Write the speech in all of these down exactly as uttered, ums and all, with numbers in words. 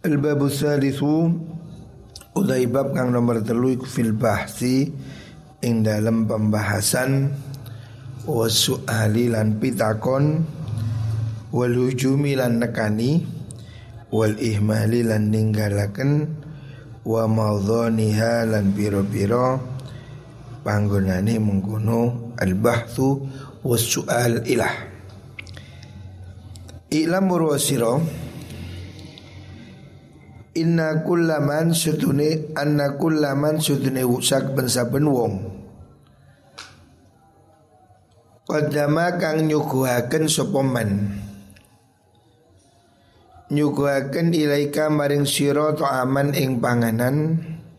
Al-babu tsalitsu utai bab kang nomor telu iku fil bahsi ing dalam pembahasan wasu'ali lan pitakon wal hujumi lan nekani wal ihmali lan ninggalaken wa mawdhaniha lan pira-pira panggonane mengkono al-bahthu was-su'al ilah. Ilam murwasira inna kullaman sudune anna kullaman sudune wusak ben-saben wong qadama kang nyuguhaken sapa man nyuguhaken ilaika maring sira ta'aman ing panganan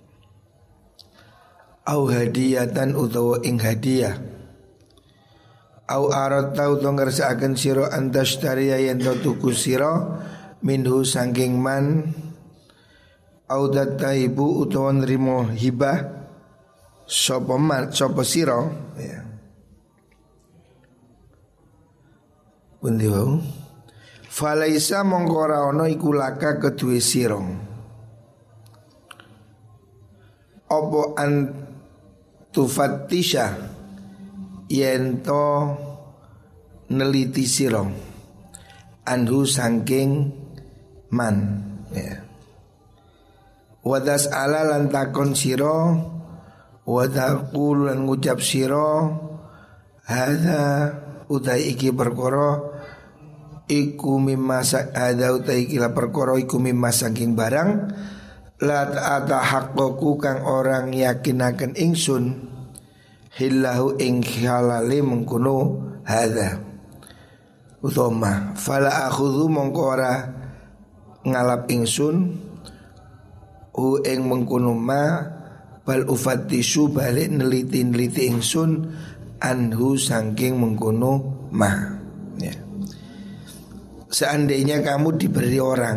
au hadiyatan utawa ing hadiah au arat tau to ngersakaken sira antastariya yen to tuku sira minhu saking man au dataibu utawa nrimo hibah sapa man sapa sira ya pundi wae falaisa mongko ora ana iku laka kedue sira apa an tufattisha yen to neliti sira anhu saking man ya wadas ala lan takon sira wadaqul lan ngucap sira hadza utai iki perkara iku mimma ada utai iki la perkara iku mimma saking barang la ta'ata haqqaku kang orang yakinaken ingsun hillahu ing halale mengkono hadza utama fala akhudhu mongko ora ngalap ingsun hu ing mengkono ma bal ufattisu balik neliti-neliti ingsun anhu saking mengkono ma ya. Seandainya kamu diberi orang,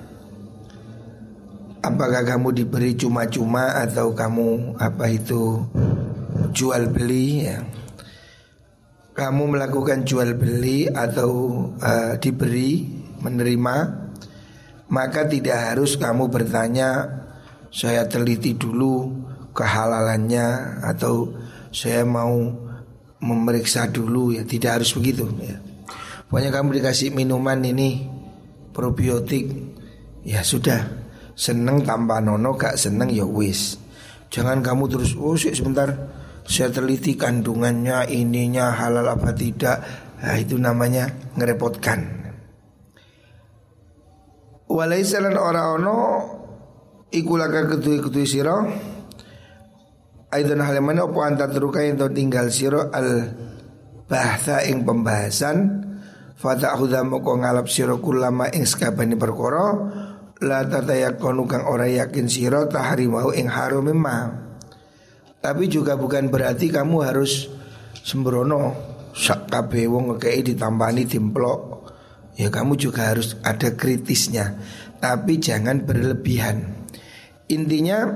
apakah kamu diberi cuma-cuma atau kamu apa itu jual beli ya. Kamu melakukan jual beli atau uh, diberi menerima, maka tidak harus kamu bertanya saya teliti dulu kehalalannya atau saya mau memeriksa dulu ya, tidak harus begitu ya. Pokoknya kamu dikasih minuman ini probiotik ya sudah, seneng tanpa nono, gak seneng ya wis. Jangan kamu terus oh sih sebentar saya teliti kandungannya ininya halal apa tidak. Nah, itu namanya ngerepotkan. Walaisa lan ora ono iku laka ketui-ketui sira aidan halemane apa antar teruka yen tinggal sira al bahsa ing pembahasan fata'khudha moko ngalap sira kulama ing sakabehane perkara la tatayakonu kang ora yakin sira tahrimau ing haram ma. Tapi juga bukan berarti kamu harus sembrono sak kabeh wong ngekei ditambani dimplok. Ya kamu juga harus ada kritisnya, tapi jangan berlebihan. Intinya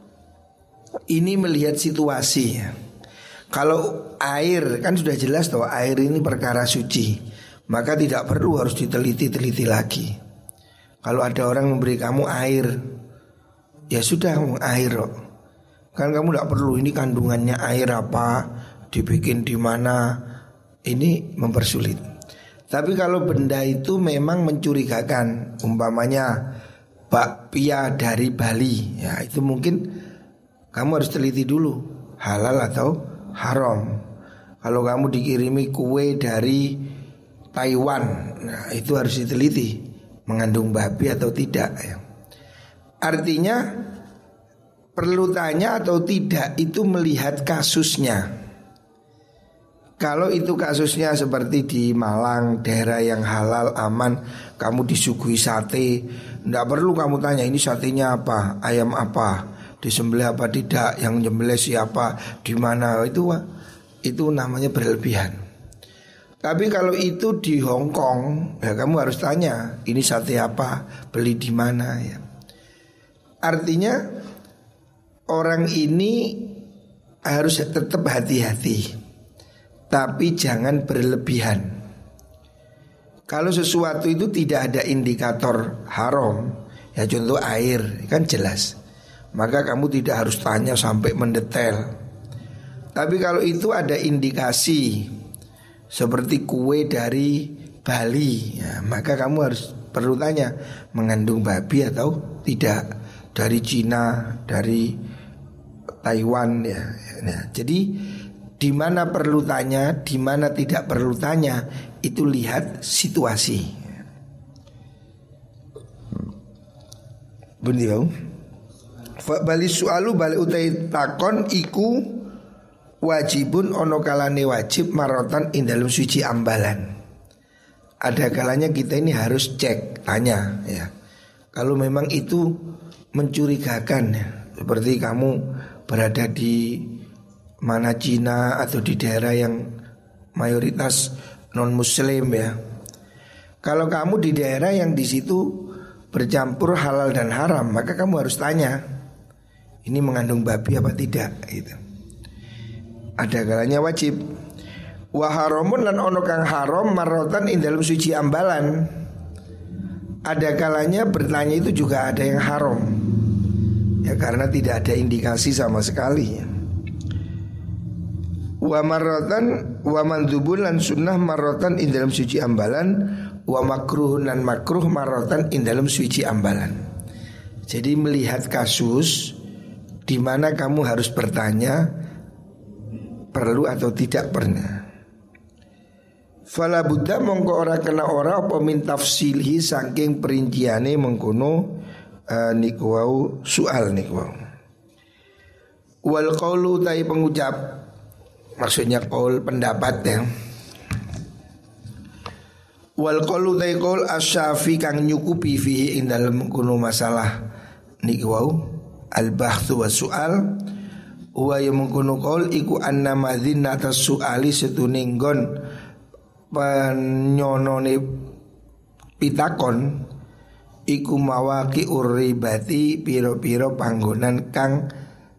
ini melihat situasi. Kalau air kan sudah jelas bahwa air ini perkara suci, maka tidak perlu harus diteliti-teliti lagi. Kalau ada orang memberi kamu air, ya sudah air kok. Kan kamu tidak perlu ini kandungannya air apa, dibikin di mana, ini mempersulit. Tapi kalau benda itu memang mencurigakan, umpamanya bakpia dari Bali, ya itu mungkin kamu harus teliti dulu halal atau haram. Kalau kamu dikirimi kue dari Taiwan, nah itu harus diteliti mengandung babi atau tidak ya. Artinya perlu tanya atau tidak itu melihat kasusnya. Kalau itu kasusnya seperti di Malang, daerah yang halal aman, kamu disuguhi sate, tidak perlu kamu tanya ini satenya apa, ayam apa, disembelih apa tidak, yang nyembelih siapa, di mana, itu itu namanya berlebihan. Tapi kalau itu di Hong Kong, ya kamu harus tanya ini sate apa, beli di mana ya. Artinya orang ini harus tetap hati-hati, tapi jangan berlebihan. Kalau sesuatu itu tidak ada indikator haram, Ya contoh air kan jelas, maka kamu tidak harus tanya sampai mendetail. Tapi kalau itu ada indikasi seperti kue dari Bali, ya, maka kamu harus perlu tanya mengandung babi atau tidak, dari Cina, dari Taiwan ya. Nah, jadi di mana perlu tanya, di mana tidak perlu tanya, itu lihat situasi. Bener. Fa bali sualu bali utai takon iku wajibun ono kalane wajib marotan ing dalem suci ambalan. Ada kalanya kita ini harus cek, tanya ya. Kalau memang itu mencurigakan ya, seperti kamu berada di mana Cina atau di daerah yang mayoritas non muslim ya. Kalau kamu di daerah yang di situ bercampur halal dan haram, maka kamu harus tanya, ini mengandung babi apa tidak gitu. Ada kalanya wajib. Wa haramun lan ono kang haram marotan ing dalam suci ambalan. Ada kalanya bertanya itu juga ada yang haram, ya karena tidak ada indikasi sama sekali. Wa marotan wa mandubun lan sunnah marotan ing dalam suci ambalan, wa makruh dan makruh marotan ing dalam suci ambalan. Jadi melihat kasus di mana kamu harus bertanya perlu atau tidak pernah. Fala buddha mongko ora kena ora apa min tafsilhi saking perinciane mengkono uh, niku wau soal niku wau. Wal qaulu tai pengucap, maksudnya qaul pendapat ya. Wal qaulu ta qaul asy-syafi kang nyukupi fihi ing dalem kuno masalah niki wau al bahthu wa sual wa ya mengkono qaul iku anna madzinata suali setuning gon penyonone pitakon iku mawaki uribati piro-piro panggonan kang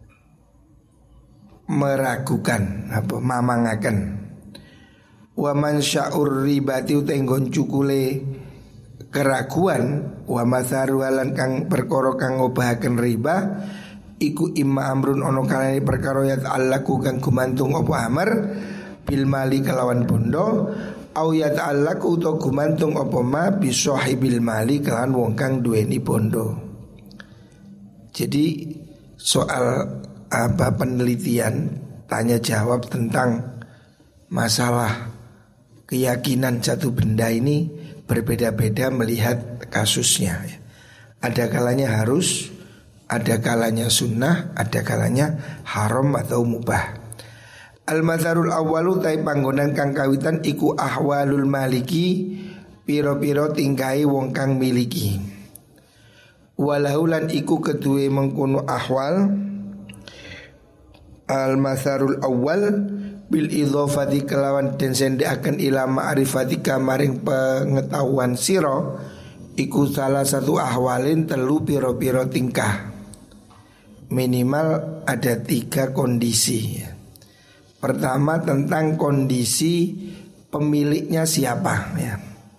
meragukan apa mamangaken. Wa man sya'ur ribati utenggon cukule keraguan wa matharu lan kang perkara kang ngobahaken riba iku imma amrun ono kalane perkara ya ta'allaku kang gumantung apa amar bil mali kelawan bondo au ya ta'allaku utawa gumantung apa ma bi sahibil mali kelawan wong kang duweni bondo. Jadi soal apa penelitian tanya jawab tentang masalah keyakinan satu benda ini berbeda-beda melihat kasusnya. Ada kalanya harus, ada kalanya sunnah, ada kalanya haram atau mubah. Al-mazharul awwalu tai panggonan kang kawitan iku ahwalul maliki, piro-piro tingkai wong kang miliki. Walahulan iku kedue mengkono ahwal. Al-mazharul awwal bil idhofati kelawan den sendeaken ila ma'rifatika maring pengetahuan sira iku salah satu ahwalin telu piro-piro tingkah. Minimal ada tiga kondisi. Pertama tentang kondisi pemiliknya siapa ya.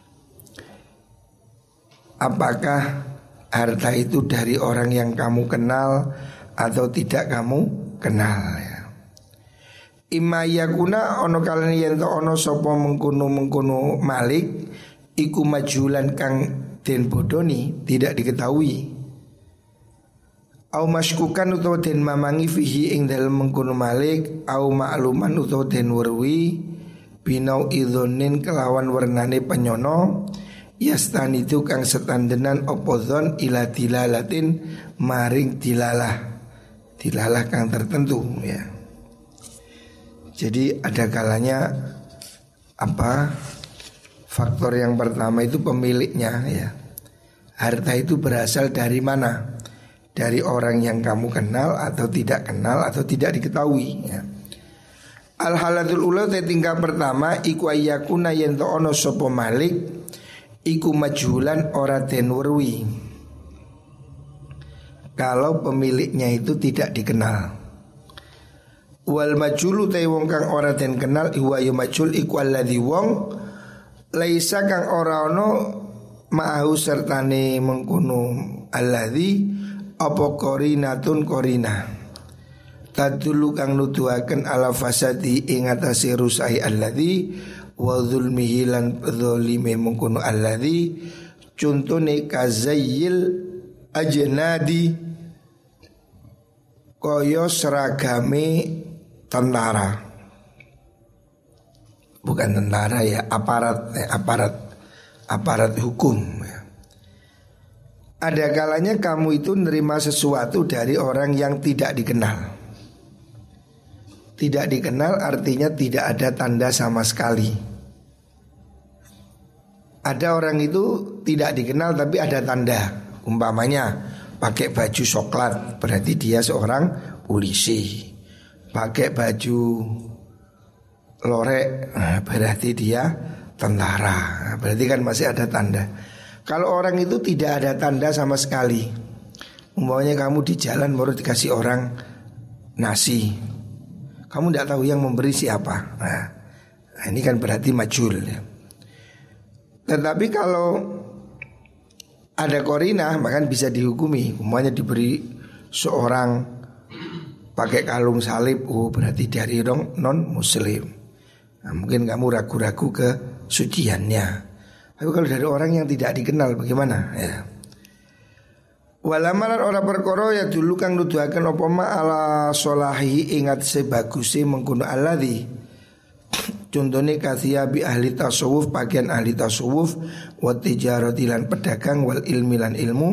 Apakah harta itu dari orang yang kamu kenal atau tidak kamu kenal ya. Imma yakuna ono kalane yen to ono sapa mengkono-mengkono malik iku majulan kang den bodoni tidak diketahui. Au maskukan utawa den mamangi fihi ing dalem mengkono malik au ma'luman utawa den werwi binau idzonin kelawan wernane penyono yastan itu kang setandenan opozon ila dilalatin maring dilalah dilalah kang tertentu ya. Jadi ada kalanya apa faktor yang pertama itu pemiliknya ya. Harta itu berasal dari mana? Dari orang yang kamu kenal atau tidak kenal atau tidak diketahui ya. Al-halatul ula tingkat pertama iku ayyakuna yen to ono sapa malik iku majhulan ora den werwi. Kalau pemiliknya itu tidak dikenal. Wal majhulu ta wong kang ora den kenal iwa ya majhul iku alladzi wong laisa kang ora ono ma'ahu sertane mengkono alladzi apa qarinatun qarina tadulu kang nuduhaken ala fasadi ing atase rusai alladzi wa zulmihi lan zalime mengkono alladzi contone kazayyil ajnadi kaya seragame tentara. Bukan tentara ya, aparat eh, aparat aparat hukum ya. Ada kalanya kamu itu nerima sesuatu dari orang yang tidak dikenal. Tidak dikenal artinya tidak ada tanda sama sekali. Ada orang itu tidak dikenal tapi ada tanda. Umpamanya pakai baju coklat berarti dia seorang polisi. Pakai baju lorek berarti dia tentara. Berarti kan masih ada tanda. Kalau orang itu tidak ada tanda sama sekali, umpamanya kamu di jalan baru dikasih orang nasi, kamu tidak tahu yang memberi siapa. Nah, ini kan berarti majhul ya. Tetapi kalau ada korina maka bisa dihukumi. Umpamanya diberi seorang pakai kalung salib, oh berarti dari orang non muslim. Nah, mungkin kamu ragu-ragu ke suciannya. Tapi kalau dari orang yang tidak dikenal bagaimana ya? Walamalan ora perkara ya dulu kang nuduhaken apa ma ala solahi ingat sebaguse mengkono alladzi. Contone kathia bi ahli tasawuf bagian ahli tasawuf wa tijarati lan pedagang wal ilmi lan ilmu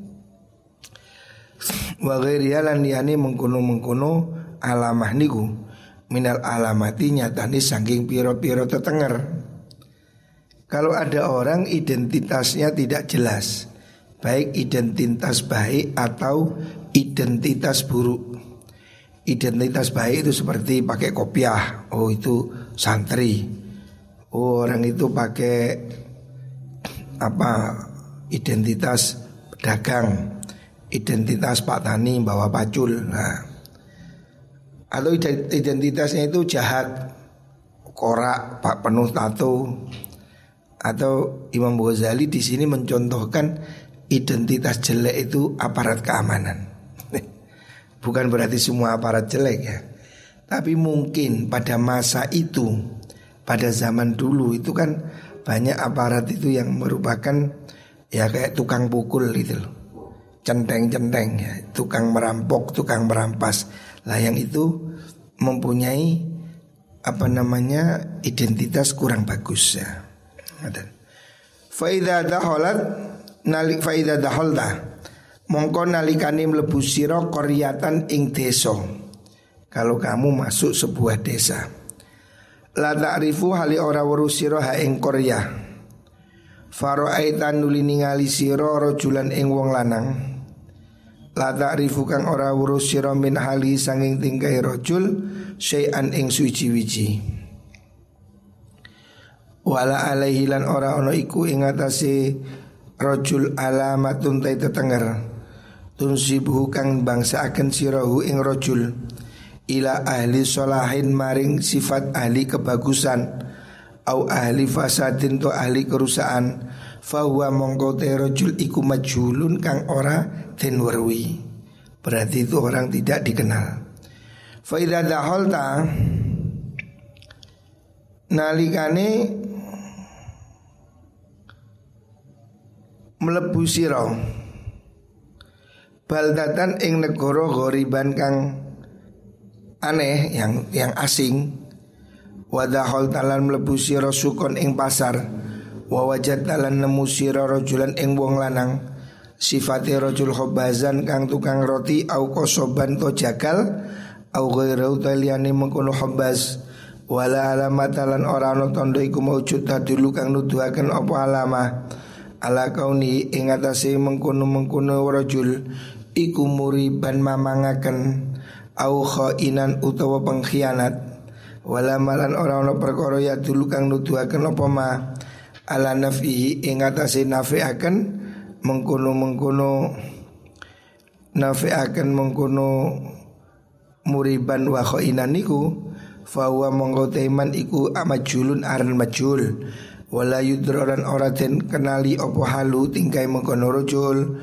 wa ghairi lan liyane mengkono-mengkono alamah niku minal alamati nyatane saking pira-pira tetenger. Kalau ada orang identitasnya tidak jelas, baik identitas baik atau identitas buruk. Identitas baik itu seperti pakai kopiah, oh itu santri. Oh orang itu pakai apa? Identitas pedagang, identitas Pak Tani bawa pacul. Nah, atau identitasnya itu jahat, korak, Pak penuh tato. Atau Imam Ghazali di sini mencontohkan identitas jelek itu aparat keamanan. Bukan berarti semua aparat jelek ya, tapi mungkin pada masa itu, pada zaman dulu itu kan banyak aparat itu yang merupakan ya kayak tukang pukul gitu loh, centeng-centeng ya, tukang merampok, tukang merampas. Lah yang itu mempunyai apa namanya identitas kurang bagus ya. Faida daholat nalik faida daholta mongko nalikane mlebu sira qaryatan ing desa. Kalau kamu masuk sebuah desa, la ta'rifu hali ora weruh sira ha ing qaryah. Fara'aitan nuli ningali sira rajulan ing wong lanang. La ta'rifu kang ora weruh sira min hali sanging tingkai rajul syai'an ing suci-wici. Wala alaihi lan ora ono iku ing atase rajul alamatun ta tetenger tunsibuhu kang bangsaaken sirahu ing rajul ila ahli sholahin maring sifat ahli kebagusan au ahli fasadin to ahli kerusakan fahuwa mongko te rajul iku majhulun kang ora den weruhi. Berarti itu orang tidak dikenal. Fa idza daholta nalikane mlebu sira baldatan ing negara ghoriban kang aneh yang yang asing wadahol talan mlebu sira sukon ing pasar wa wajad talan nemu sira rajulan ing wong lanang sifate rajul khobazan kang tukang roti au kosoban to jagal au ghairu taliyane mengkono khobaz wala alamatalan ora ana tandha iku maujud dulu kang nuduhaken apa alamah ala kauni ing atase mengkono-mengkono rajul iku muriban mamangaken au khainan utawa pengkhianat wala malan ora ana perkara ya dulu kang nuduhaken apa ma ala nafihi ing atase nafiaken mengkono-mengkono nafiaken mengkono muriban wa khainan niku fa huwa monggo teman iku amajulun aran majul wala yudroran ora den kenali opo halu tingkai mengkono rojul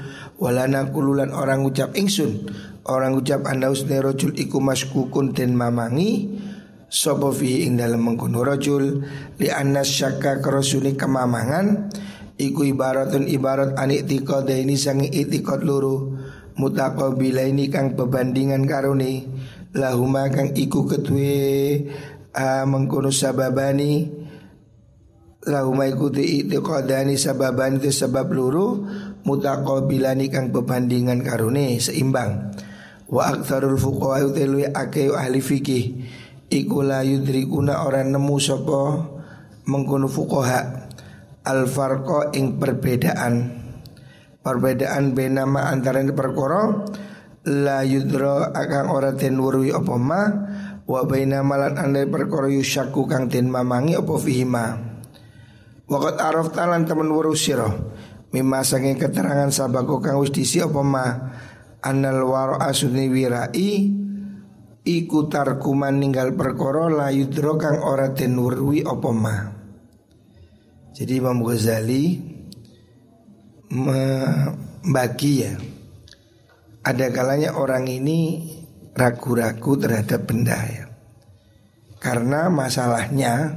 Walana kululan orang ucap ingsun, orang ucap anda usne rojul iku maskukun den mamangi sapa fihi ing dalem mengkono rojul li anna syakka kerosuni kemamangan iku ibaratun ibarat anik tika daini sangi itikot luru mutaqabilaini kang bebandingan karuni lahuma kang iku ketue uh, mengkono sababani lahuma iku itikadani sababani itu sebab luru mutaqabilani kang bebandingan karuni seimbang. Wa aktsarul fuqaha utawi akeh ahli fikih iku la yudrikuna ora nemu sapa mengkono fuqaha al farqa ing perbedaan perbedaan benama antara perkara la yudra akan ora den weruhi apa ma wa bainama lan ane perkara yusyaku kang den mamangi apa fihima. Waqat arafta lan temen weruh sira mimma saking keterangan sabako kang wis disi apa ma annal wara asuni wirai iku tarkuman ninggal perkara la yudra kang ora den weruhi apa ma. Jadi Imam Ghazali membagi ya, ada kalanya orang ini ragu-ragu terhadap benda ya, karena masalahnya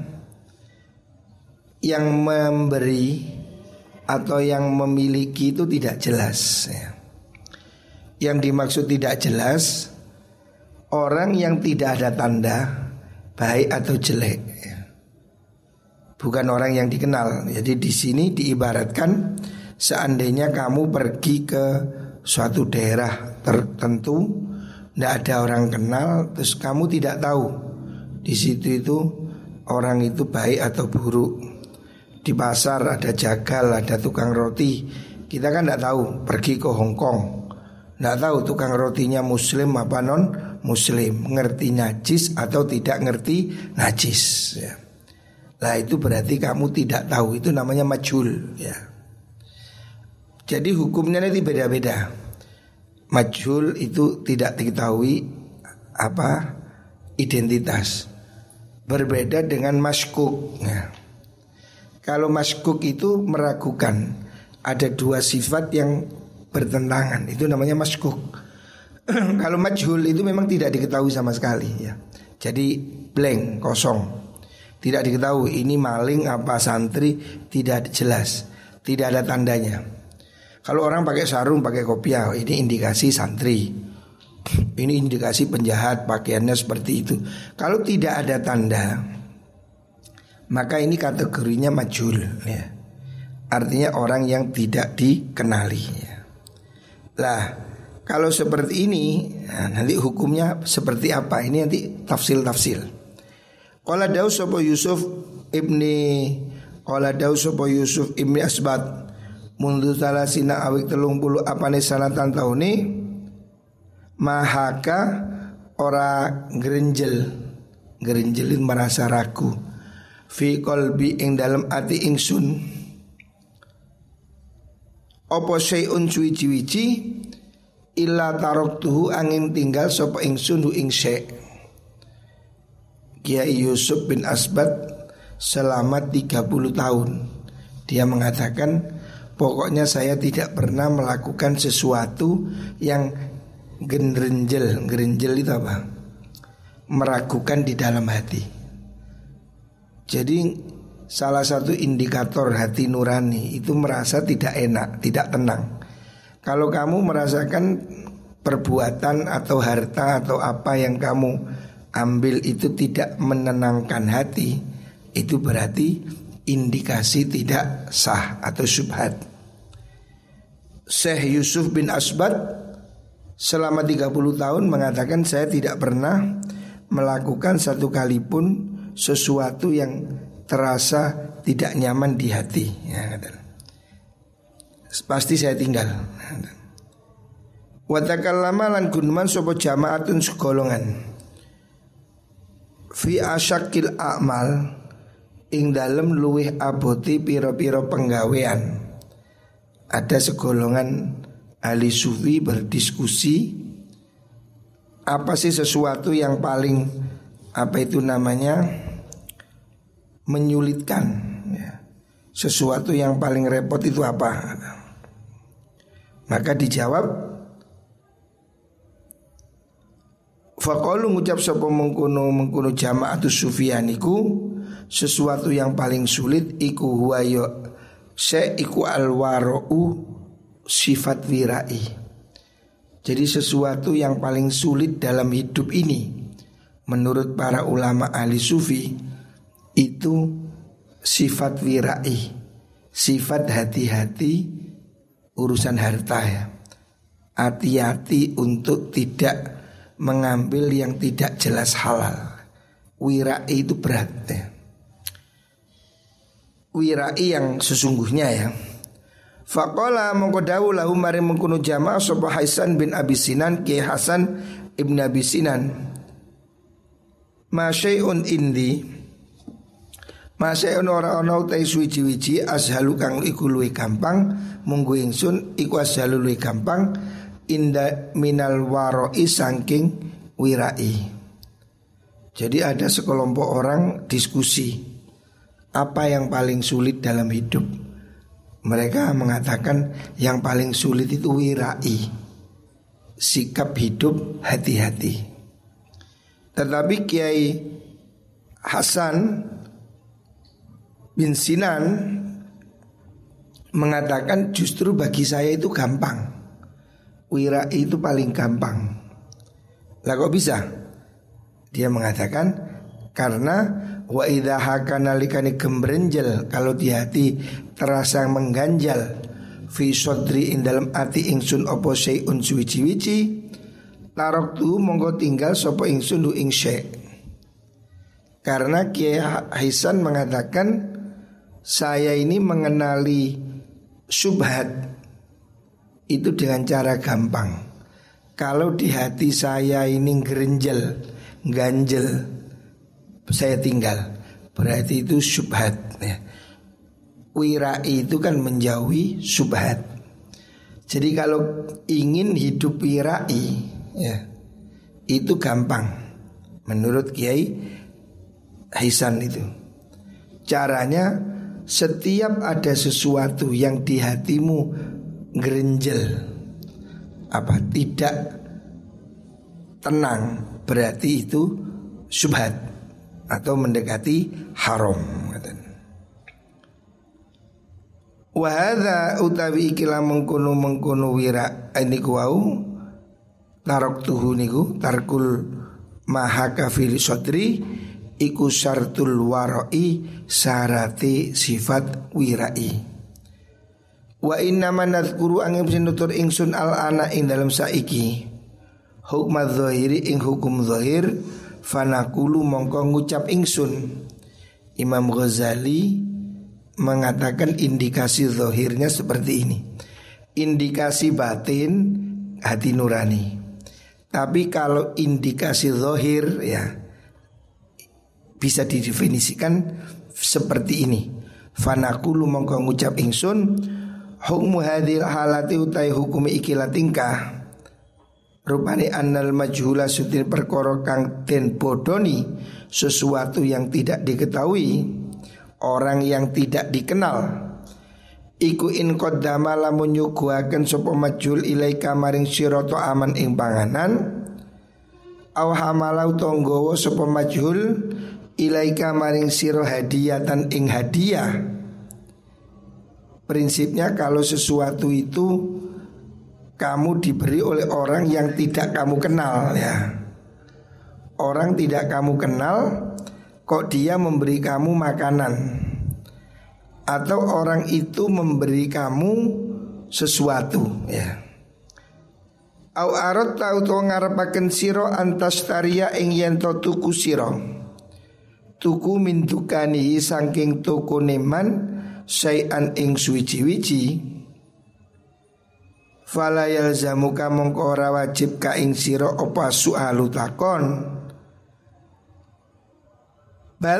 yang memberi atau yang memiliki itu tidak jelas ya. Yang dimaksud tidak jelas orang yang tidak ada tanda baik atau jelek ya. Bukan orang yang dikenal. Jadi di sini diibaratkan seandainya kamu pergi ke suatu daerah tertentu, tidak ada orang kenal, terus kamu tidak tahu di situ itu orang itu baik atau buruk. Di pasar ada jagal, ada tukang roti, kita kan tidak tahu. Pergi ke Hong Kong, tidak tahu tukang rotinya muslim apa non muslim, ngerti najis atau tidak ngerti najis ya. Lah itu berarti kamu tidak tahu, itu namanya majhul ya. Jadi hukumnya nanti beda-beda. Majhul itu tidak diketahui apa identitas. Berbeda dengan maskuk ya. Kalau maskuk itu meragukan, ada dua sifat yang bertentangan, itu namanya maskuk. Kalau majhul itu memang tidak diketahui sama sekali ya. Jadi blank, kosong. Tidak diketahui ini maling apa santri, tidak jelas, tidak ada tandanya. Kalau orang pakai sarung, pakai kopiah, ini indikasi santri. Ini indikasi penjahat, pakaiannya seperti itu. Kalau tidak ada tanda, maka ini kategorinya majhul ya. Artinya orang yang tidak dikenali ya. Lah kalau seperti ini nah, nanti hukumnya seperti apa? Ini nanti tafsil-tafsil. Qala Daus sapa Yusuf ibni Qala Daus sapa Yusuf ibni Asbat mundu salasina awik telung puluh apane sanatan taune mahaka ora grenjel grenjelin merasa ragu fi qalbi ing dalam ati ingsun apa syai'un suwi-wici illa taraktuhu angin tinggal sapa ingsun hu ing syai'. Kiai Yusuf bin Asbat selama tiga puluh tahun dia mengatakan pokoknya saya tidak pernah melakukan sesuatu yang gerenjel. Gerenjel itu apa? Meragukan di dalam hati. Jadi salah satu indikator hati nurani itu merasa tidak enak, tidak tenang. Kalau kamu merasakan perbuatan atau harta atau apa yang kamu ambil itu tidak menenangkan hati, itu berarti indikasi tidak sah atau syubhat. Syekh Yusuf bin Asbat selama tiga puluh tahun mengatakan saya tidak pernah melakukan satu kali pun sesuatu yang terasa tidak nyaman di hati ya, pasti saya tinggal. Wa takallama lan gunman sapa jamaatun segolongan fi asyakil a'mal ing dalem luweh aboti piro-piro penggawean. Ada segolongan ahli sufi berdiskusi apa sih sesuatu yang paling apa itu namanya menyulitkan ya. Sesuatu yang paling repot itu apa? Maka dijawab, faqalu ngucap sapa mengkono mengkono jamaatus Sufyaniku, sesuatu yang paling sulit iku huwa ya se iku alwara'u sifat wirai. Jadi sesuatu yang paling sulit dalam hidup ini menurut para ulama ahli sufi itu sifat wirai, sifat hati-hati urusan harta ya. Hati-hati untuk tidak mengambil yang tidak jelas halal. Wirai itu berat ya. Wirai yang sesungguhnya ya. Faqala mongko dawu lahu mari mengkono jamaah sapa Hasan bin Abi Sinan, Ki Hasan ibn Abi Sinan, ma syai'un indi, ma syai'un ora ana utai suwi-wiji ashalu kang iku luwih gampang munggu ingsun iku ashalu luwih gampang inda minal waroi saking wirai. Jadi ada sekelompok orang diskusi apa yang paling sulit dalam hidup. Mereka mengatakan yang paling sulit itu wirai, sikap hidup hati-hati. Tetapi Kiai Hasan bin Sinan mengatakan justru bagi saya itu gampang. Wirai itu paling gampang. Lah kok bisa? Dia mengatakan karena wa idza hakana likani gembrenjel, kalau di hati terasa mengganjal, fi sodri ing dalam ati ingsun opo syai'un suwi-wiji, taroktu monggo tinggal sopo ingsun du ing syai'. Karena Kiai Hasan mengatakan saya ini mengenali syubhat itu dengan cara gampang. Kalau di hati saya ini gerenjel, ganjel, saya tinggal, berarti itu syubhat ya. Wirai itu kan menjauhi syubhat. Jadi kalau ingin hidup wirai ya, itu gampang menurut Kiai Hasan itu. Caranya setiap ada sesuatu yang di hatimu gerenjel, apa tidak tenang, berarti itu syubhat atau mendekati haram. Wa hadza utawi ikilah mengkono mengkono wira niku wau taraktuhu niku tarkul mahaka fil sadri iku syartul warai syarati sifat wirai. Wa inna man nadhkuru angin sinutur ingsun al ana ing dalam saiki hukma dzahiri ing hukum zahir fanaqulu mongko ngucap ingsun. Imam Ghazali mengatakan indikasi zahirnya seperti ini. Indikasi batin hati nurani. Tapi kalau indikasi zahir ya bisa didefinisikan seperti ini. Fanaqulu mongko ngucap ingsun hukmu hadhil halati utai hukumi ikilah tingkah rupane annal majhula sutin perkara kang den bodoni, sesuatu yang tidak diketahui, orang yang tidak dikenal, iku in qaddama lamun nyuguhaken sapa majhul ilaika maring sira ta aman ing panganan, aw hamalau tonggowo sapa majhul ilaika maring sira hadiyatan ing hadiah. Prinsipnya kalau sesuatu itu kamu diberi oleh orang yang tidak kamu kenal ya. Orang tidak kamu kenal kok dia memberi kamu makanan, atau orang itu memberi kamu sesuatu ya. Au arad tau to ngarepaken sira antastaria ing yen to tuku sira. Tuku min tukani saking toko neman syai'an ing suwi-wiji. Fala yalzamuka mongko ora wajib ka ing sira apa sualu takon. Bal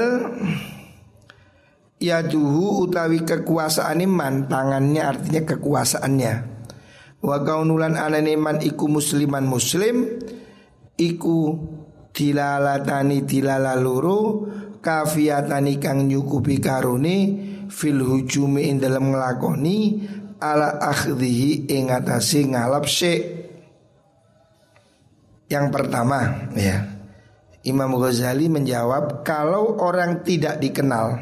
yaduhu utawi kekuasaan iman, tangannya artinya kekuasaannya. Wa kaunulan anane man iku musliman muslim iku dilalatani dilalaluru kafiyatani kang nyukupi karune fil hujumi ing dalem nglakoni ala akhdhihi ing atase ngalap syek. Yang pertama ya, Imam Ghazali menjawab, kalau orang tidak dikenal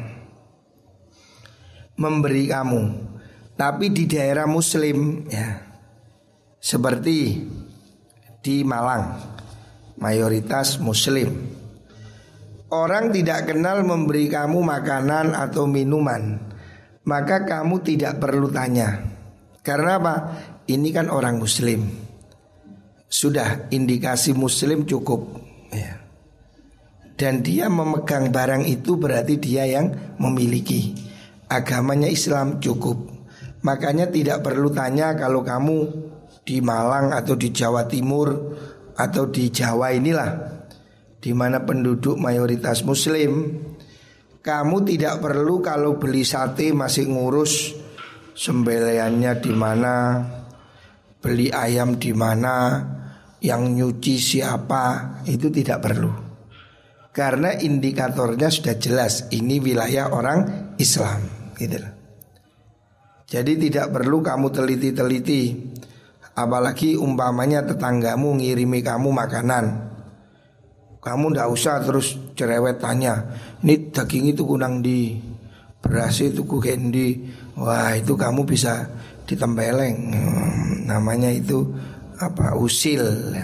memberi kamu, tapi di daerah muslim ya, seperti di Malang mayoritas muslim, orang tidak kenal memberi kamu makanan atau minuman, maka kamu tidak perlu tanya. Karena apa? Ini kan orang muslim, sudah indikasi muslim cukup ya. Dan dia memegang barang itu berarti dia yang memiliki, agamanya Islam cukup. Makanya tidak perlu tanya kalau kamu di Malang atau di Jawa Timur atau di Jawa inilah, di mana penduduk mayoritas muslim, kamu tidak perlu kalau beli sate masih ngurus sembeliannya di mana, beli ayam di mana, yang nyuci siapa, itu tidak perlu. Karena indikatornya sudah jelas, ini wilayah orang Islam gitu. Jadi tidak perlu kamu teliti-teliti. Apalagi umpamanya tetanggamu ngirimi kamu makanan, kamu ndak usah terus cerewet tanya, ini daging itu kunang di, beras itu kukendi. Wah, itu kamu bisa ditempeleng, hmm, namanya itu apa, usil.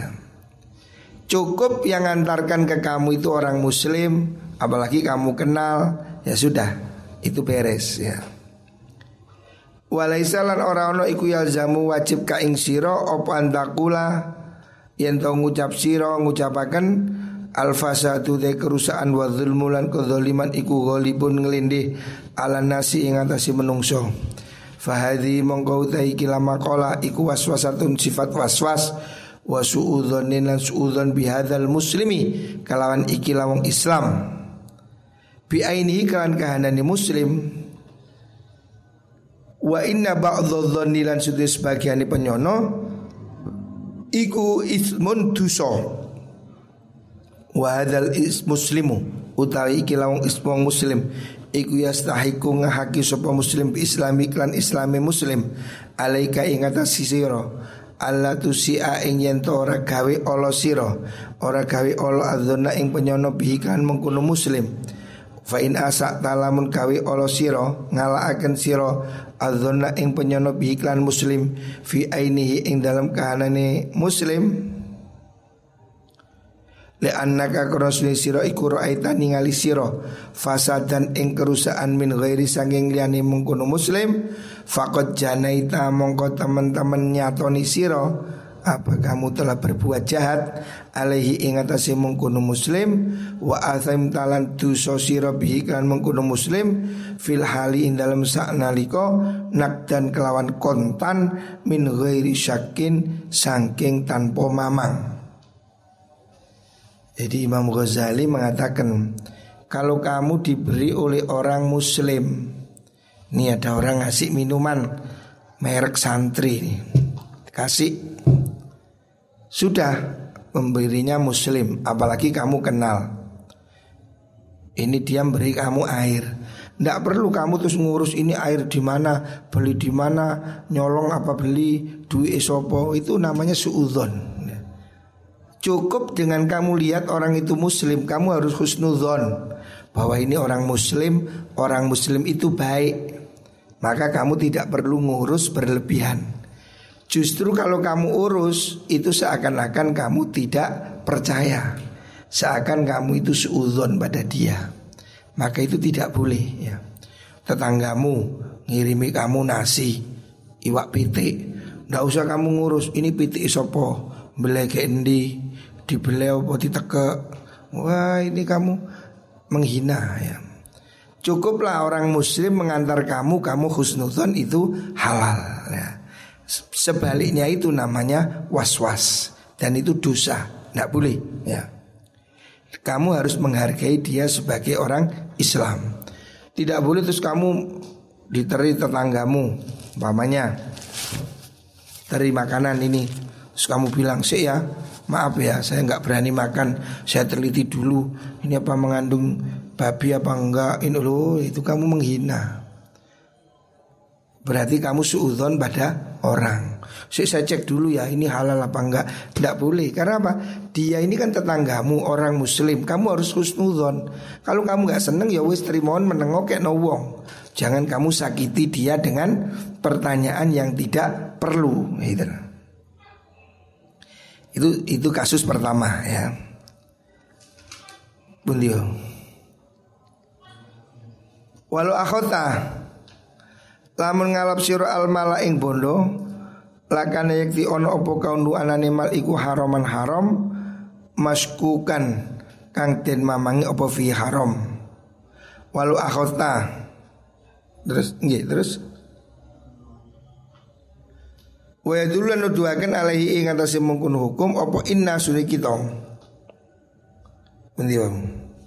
Cukup yang antarkan ke kamu itu orang muslim, apalagi kamu kenal, ya sudah, itu beres ya. Walaisalan ora ono iku yalzamu wajib ka ing sira apa antakula yen to ngucap sira ngucapaken al-fasadu de kerusakan wa zulmulan kedzaliman iku ghalibun nglindih ala nasi ing atase menungso. Fahadhi mongko utahi kilama kola iku waswasatun sifat waswas wa suudzon lan suudzon bihadzal muslimi kalawan iki lawang Islam bi ainihi kan kahanane muslim. Wa inna ba'dadh-dhanni lan sudhe sebagiane penyono iku ismun dosa. Wa hadzal is muslimu utawi iki lawang ismu muslim iku yastahiqu ngahaki sapa muslim bi islami klan islami muslim alaika ing atas sira alla tusia ing yen ora gawe ala sira ora gawe ala adzona ing penyono bihikan mengkono muslim. Fa in asa talamun gawe ala sira ngalaaken sira adzona ing penyono bihiklan muslim fi ainihi ing dalam kahanane muslim le annaka krasni sira iku ra'aita ningali sira fasadan ing kerusakan min ghairi sanging liyane mengkono muslim faqad janaita mongko teman-teman nyatoni sira apa kamu telah berbuat jahat alaihi ing atase mengkono muslim wa athim talan dosa sira bihi kan mengkono muslim fil hali ing dalam saknalika nakdan kelawan kontan min ghairi syakin saking tanpa mamang. Jadi Imam Ghazali mengatakan kalau kamu diberi oleh orang muslim, ini ada orang ngasih minuman merek santri nih, kasih, sudah memberinya muslim, apalagi kamu kenal, ini dia beri kamu air, tidak perlu kamu terus ngurus ini air di mana, beli di mana, nyolong apa beli, duit sopo, itu namanya suudzon. Cukup dengan kamu lihat orang itu muslim, kamu harus husnudzon bahwa ini orang muslim, orang muslim itu baik. Maka kamu tidak perlu ngurus berlebihan. Justru kalau kamu urus itu seakan-akan kamu tidak percaya, seakan kamu itu suudzon pada dia. Maka itu tidak boleh ya. Tetanggamu ngirimi kamu nasi, iwak pitik, ndak usah kamu ngurus ini pitik sopo, beleke endi, dibeleh apa ditekek. Wah, ini kamu menghina ya. Cukuplah orang muslim mengantar kamu, kamu husnudzon itu halal ya. Sebaliknya itu namanya was-was dan itu dosa, tidak boleh ya. Kamu harus menghargai dia sebagai orang Islam. Tidak boleh terus kamu diteri tetanggamu, umpamanya teri makanan ini, terus kamu bilang sih ya, maaf ya, saya nggak berani makan, saya teliti dulu ini apa mengandung babi apa enggak, ini loh, itu kamu menghina. berarti kamu suudzon pada orang. So, saya cek dulu ya ini halal apa enggak. Tidak boleh, karena apa? Dia ini kan tetanggamu, orang muslim. Kamu harus husnudzon. Kalau kamu gak seneng ya wis trimohon menengok kayak no wong. Jangan kamu sakiti dia dengan pertanyaan yang tidak perlu gitu. Itu itu kasus pertama ya. Bundio. Walau akhota lamun ngalap sira al mala ing bondo lakane yakti ono opo kaundu anane mal iku haraman haram maskukan kang den mamangi opo fi haram. Walau akhota terus nggih terus wa yadullu nuduhaken alaihi ing atase mungkun hukum apa inna sune kita. Pundi wae.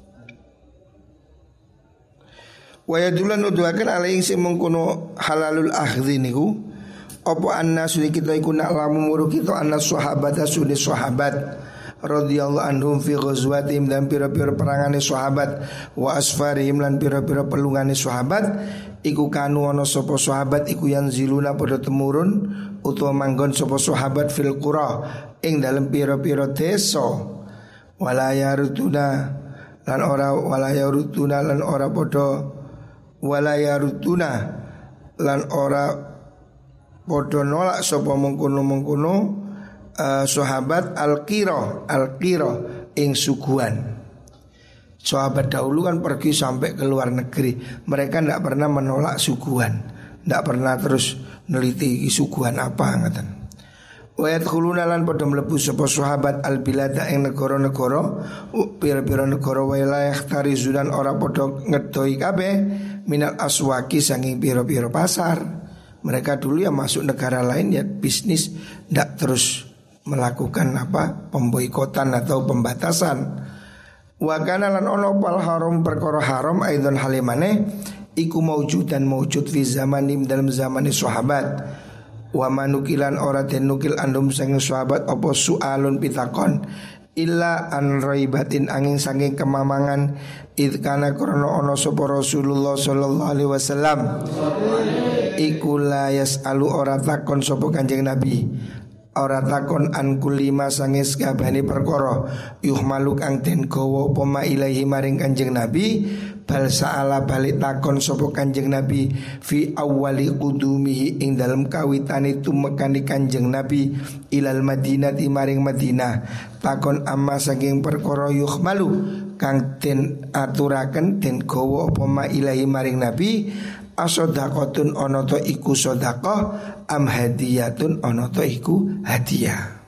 Wa yadullu nuduhaken alaihi sing mungkun halalul akhdhi niku apa anna sune kita iku nak lamu muru kita anna sahabat sune sahabat radhiyallahu anhum fi ghazwatim dan pira-pira perangane sahabat wa asfarihim lan pira-pira pelungane sahabat iku kanu ana sapa sahabat iku yang ziluna padha temurun utawa manggon sapa sahabat fil qura ing dalem pira-pira desa wala yarutuna lan ora wala yarutuna lan ora padha wala yarutuna lan ora padha nolak sapa mengkono-mengkono Uh, sahabat al-qira al-qira ing suguhan. Sahabat dahulu kan pergi sampai ke luar negeri, mereka tidak pernah menolak suguhan, tidak pernah terus neliti suguhan apa ngaten. Wa yadkhuluna lan padha mlebu sapa sahabat al-bilada ing negara-negara pira-pira negara wilayah tarizudan ora padha ngedoi kabeh minal aswaki saking pira-pira pasar. Mereka dulu ya masuk negara lain ya bisnis, tidak terus melakukan apa pemboikotan atau pembatasan. Wa kana lan ono pal haram perkara haram aidon halimane iku maujud dan maujud fi zamanim dalam zamane sahabat. Wa manukilan ora den nukil andum sang sahabat apa sualun pitakon illa an raibatin angin saking kemamangan id kana krana ono sapa Rasulullah sallallahu alaihi wasallam iku la yasalu ora takon sapa Kanjeng Nabi ora takon an kulima sanges kabane perkara yuhmalu kang den gawa poma ilahi maring Kanjeng Nabi bal saala balik takon sapa Kanjeng Nabi fi awwali qudumihi ing dalem kawitane tumekani Kanjeng Nabi ilal Madinati maring Madinah takon amma saking perkara yuhmalu kang den aturaken den gawa poma ilahi maring Nabi asodakotun onoto iku sodakoh am hadiyatun onoto iku hadiah.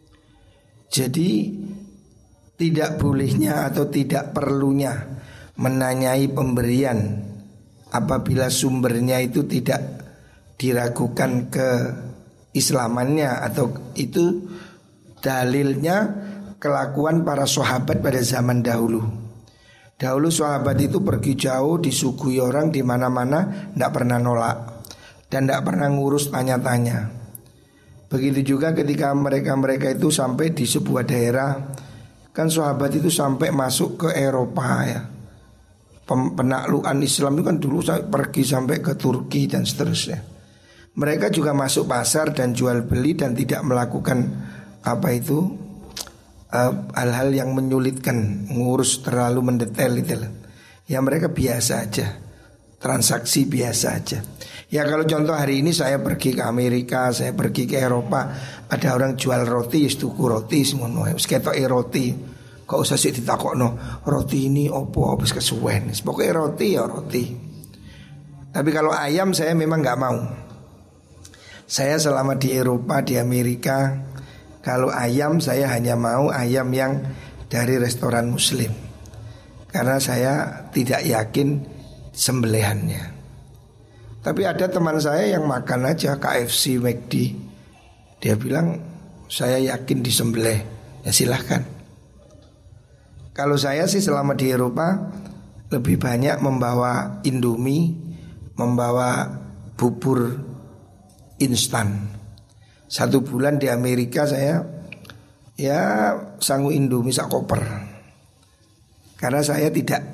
Jadi tidak bolehnya atau tidak perlunya menanyai pemberian apabila sumbernya itu tidak diragukan ke islamannya atau itu dalilnya kelakuan para sahabat pada zaman dahulu. Dahulu sahabat itu pergi jauh disuguhi orang di mana-mana, tidak pernah nolak dan tidak pernah ngurus tanya-tanya. Begitu juga ketika mereka-mereka itu sampai di sebuah daerah, kan sahabat itu sampai masuk ke Eropa ya. Penaklukan Islam itu kan dulu pergi sampai ke Turki dan seterusnya. Mereka juga masuk pasar dan jual beli dan tidak melakukan apa itu Uh, hal-hal yang menyulitkan, ngurus terlalu mendetail itu lah. Ya mereka biasa aja, transaksi biasa aja. Ya kalau contoh hari ini saya pergi ke Amerika, saya pergi ke Eropa, ada orang jual roti, ya tuku roti semono, wis ketoke roti. Kok usah sik ditakokno, roti ini opo wis kesuwen. Pokoke roti ya roti. Tapi kalau ayam saya memang nggak mau. Saya selama di Eropa, di Amerika, kalau ayam saya hanya mau ayam yang dari restoran muslim, karena saya tidak yakin sembelihannya. Tapi ada teman saya yang makan aja K F C, McD, dia bilang saya yakin disembelih. Ya silahkan. Kalau saya sih selama di Eropa lebih banyak membawa Indomie, membawa bubur instan. Satu bulan di Amerika saya ya sanggup Indomie sak koper. Karena saya tidak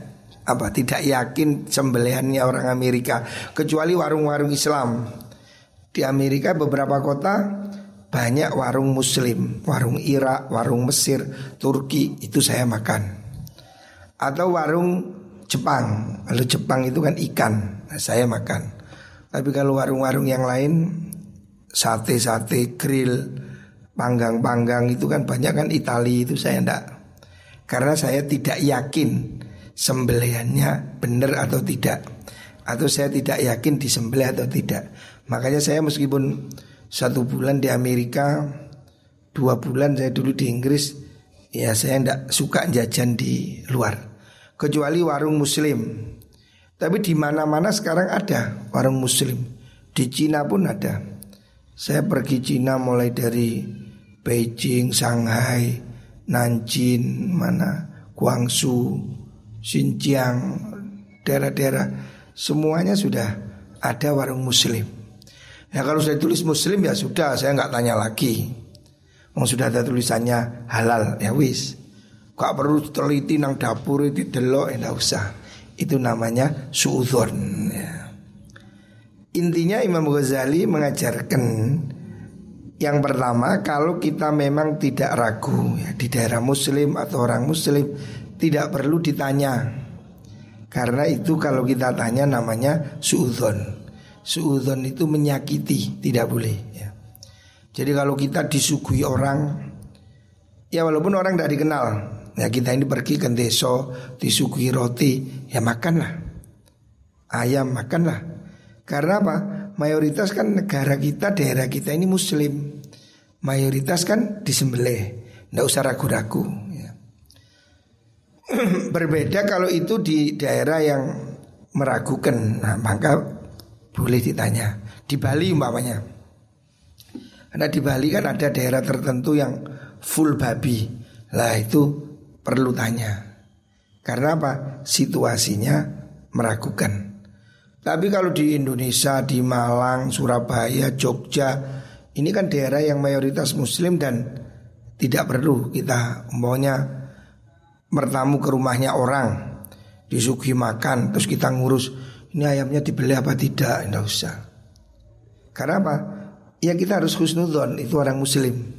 apa tidak yakin sembelihannya orang Amerika, kecuali warung-warung Islam. Di Amerika beberapa kota banyak warung Muslim, warung Irak, warung Mesir, Turki, itu saya makan. Atau warung Jepang, kalau Jepang itu kan ikan, nah, saya makan. Tapi kalau warung-warung yang lain, sate-sate, grill, panggang-panggang itu kan banyak kan Itali, itu saya enggak. Karena saya tidak yakin sembelihannya benar atau tidak, atau saya tidak yakin disembelih atau tidak. Makanya saya meskipun satu bulan di Amerika, dua bulan saya dulu di Inggris, ya saya enggak suka jajan di luar, kecuali warung Muslim. Tapi di mana-mana sekarang ada warung Muslim. Di Cina pun ada. Saya pergi Cina mulai dari Beijing, Shanghai, Nanjing, mana, Guangzhou, Xinjiang, daerah-daerah semuanya sudah ada warung Muslim. Ya kalau saya tulis Muslim ya sudah, saya nggak tanya lagi. Mau sudah ada tulisannya halal ya wis. Gak perlu teliti nang dapur itu delok, enggak usah. Itu namanya suudzon ya. Intinya Imam Ghazali mengajarkan yang pertama, kalau kita memang tidak ragu ya, di daerah Muslim atau orang Muslim, tidak perlu ditanya. Karena itu kalau kita tanya namanya suudzon. Suudzon itu menyakiti, tidak boleh ya. Jadi kalau kita disuguhi orang, ya walaupun orang tidak dikenal, ya kita ini pergi ke desa disuguhi roti, ya makanlah, ayam makanlah. Karena apa? Mayoritas kan negara kita, daerah kita ini Muslim, mayoritas kan disembelih, tidak usah ragu-ragu ya. Berbeda kalau itu di daerah yang meragukan, nah maka boleh ditanya. Di Bali umpamanya, karena di Bali kan ada daerah tertentu yang full babi, lah itu perlu tanya. Karena apa? Situasinya meragukan. Tapi kalau di Indonesia, di Malang, Surabaya, Jogja, ini kan daerah yang mayoritas Muslim dan tidak perlu kita umpamanya bertamu ke rumahnya orang, disuguhi makan, terus kita ngurus ini ayamnya dibeli apa tidak, enggak usah. Karena apa? Ya kita harus husnudzon, itu orang Muslim.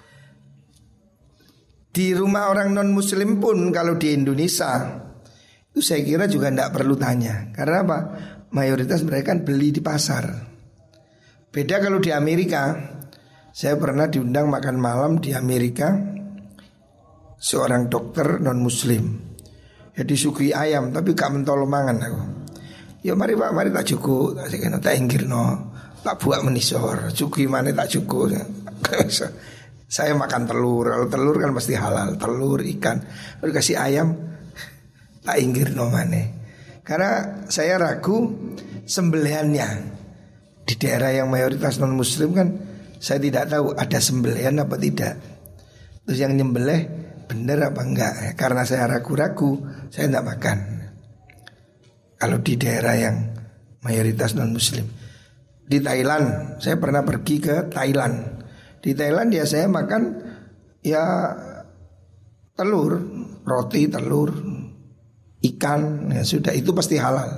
Di rumah orang non Muslim pun kalau di Indonesia, itu saya kira juga enggak perlu tanya. Karena apa? Mayoritas mereka kan beli di pasar. Beda kalau di Amerika. Saya pernah diundang makan malam di Amerika, seorang dokter non Muslim, ya disuguhi ayam tapi gak mentol mangan aku. Ya mari pak, mari tak cukup, tak sekena tak inggir no, tak buat menisor, cukup mana tak cukup. Saya makan telur, kalau telur kan pasti halal, telur ikan, lalu kasih ayam, tak inggir no mana. Karena saya ragu sembelihannya di daerah yang mayoritas non Muslim kan, saya tidak tahu ada sembelihan apa tidak. Terus yang nyembelih benar apa enggak? Karena saya ragu-ragu, saya tidak makan. Kalau di daerah yang mayoritas non Muslim. Di Thailand, saya pernah pergi ke Thailand. Di Thailand ya saya makan ya telur, roti, telur, ikan, ya sudah itu pasti halal.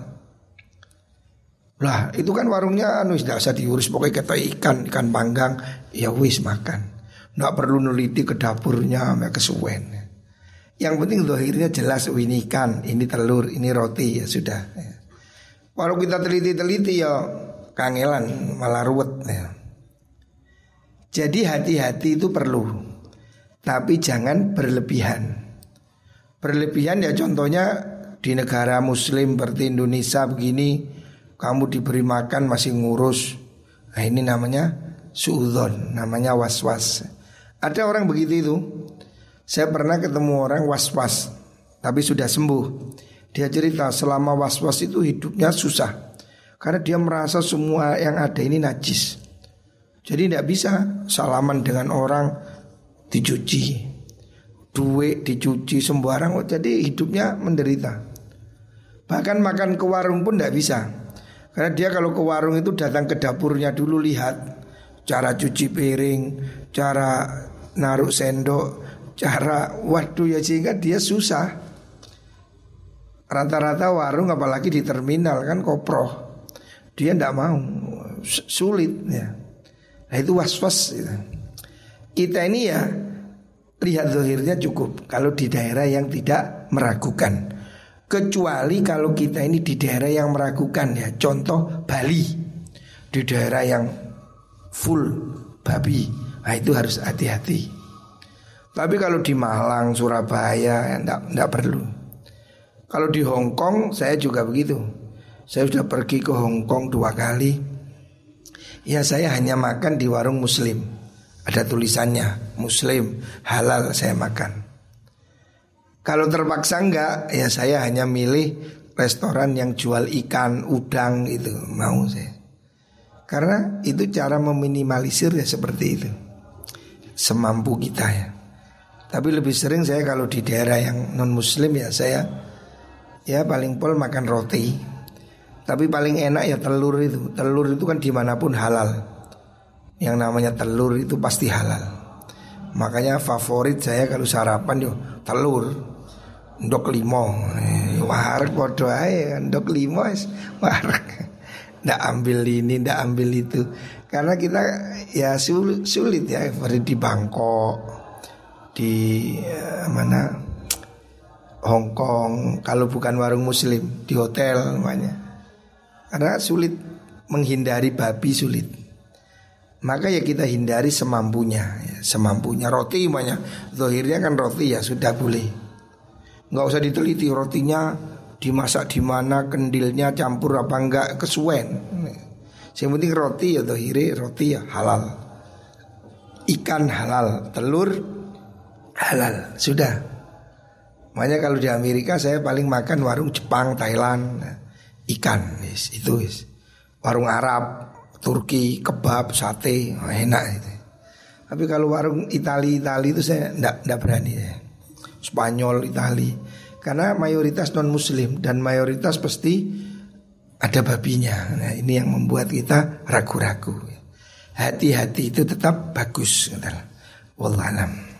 Lah itu kan warungnya anu tidak usah diurus, pokoknya kata ikan, ikan panggang, ya wis makan. Nggak perlu neliti ke dapurnya, nggak kesuwen. Yang penting zahirnya jelas, oh, ini ikan, ini telur, ini roti, ya sudah ya. Walau kita teliti-teliti ya kangelan, malah ruwet ya. Jadi hati-hati itu perlu, tapi jangan berlebihan. Berlebihan ya contohnya di negara Muslim seperti Indonesia begini, kamu diberi makan masih ngurus, nah ini namanya suudzon, namanya was-was. Ada orang begitu itu. Saya pernah ketemu orang was-was, tapi sudah sembuh. Dia cerita selama was-was itu hidupnya susah, karena dia merasa semua yang ada ini najis. Jadi tidak bisa salaman dengan orang dicuci, duit dicuci sembarang, jadi hidupnya menderita. Bahkan makan ke warung pun tidak bisa, karena dia kalau ke warung itu datang ke dapurnya dulu, lihat cara cuci piring, cara naruh sendok, cara waduh ya, sehingga dia susah. Rata-rata warung apalagi di terminal kan koproh, dia tidak mau, sulit ya. Nah itu was-was gitu. Kita ini ya lihat zahirnya cukup kalau di daerah yang tidak meragukan. Kecuali kalau kita ini di daerah yang meragukan ya. Contoh Bali, di daerah yang full babi, nah itu harus hati-hati. Tapi kalau di Malang, Surabaya enggak, enggak perlu. Kalau di Hong Kong saya juga begitu. Saya sudah pergi ke Hong Kong dua kali. Ya saya hanya makan di warung muslim. Ada tulisannya muslim, halal saya makan. Kalau terpaksa enggak, ya saya hanya milih restoran yang jual ikan, udang itu mau saya. Karena itu cara meminimalisir ya seperti itu. Semampu kita ya. Tapi lebih sering saya kalau di daerah yang non muslim ya saya ya paling pol makan roti. Tapi paling enak ya telur itu. Telur itu kan dimanapun halal. Yang namanya telur itu pasti halal. Makanya favorit saya kalau sarapan yo telur. Ndok limo. Warek podo ae ndok limo wis warek. Ndak ambil ini, ndak ambil itu. Karena kita ya sulit, sulit ya seperti di Bangkok, di uh, mana Hong Kong, kalau bukan warung muslim, di hotel namanya. Karena sulit menghindari babi sulit. Maka ya kita hindari semampunya ya, semampunya roti banyak. Zahirnya kan roti ya sudah boleh. Enggak usah diteliti rotinya dimasak di mana, kendilnya campur apa enggak, kesuwen. Yang penting roti ya zahire roti ya halal. Ikan halal, telur halal, sudah. Makanya kalau di Amerika saya paling makan warung Jepang, Thailand, ikan, yes, itu yes. Warung Arab, Turki, kebab, sate, oh, enak itu. Tapi kalau warung Itali, Itali itu saya enggak, enggak berani ya. Spanyol, Itali. Karena mayoritas non muslim dan mayoritas pasti ada babinya. Nah ini yang membuat kita ragu-ragu. Hati-hati itu tetap bagus. Wallahu a'lam.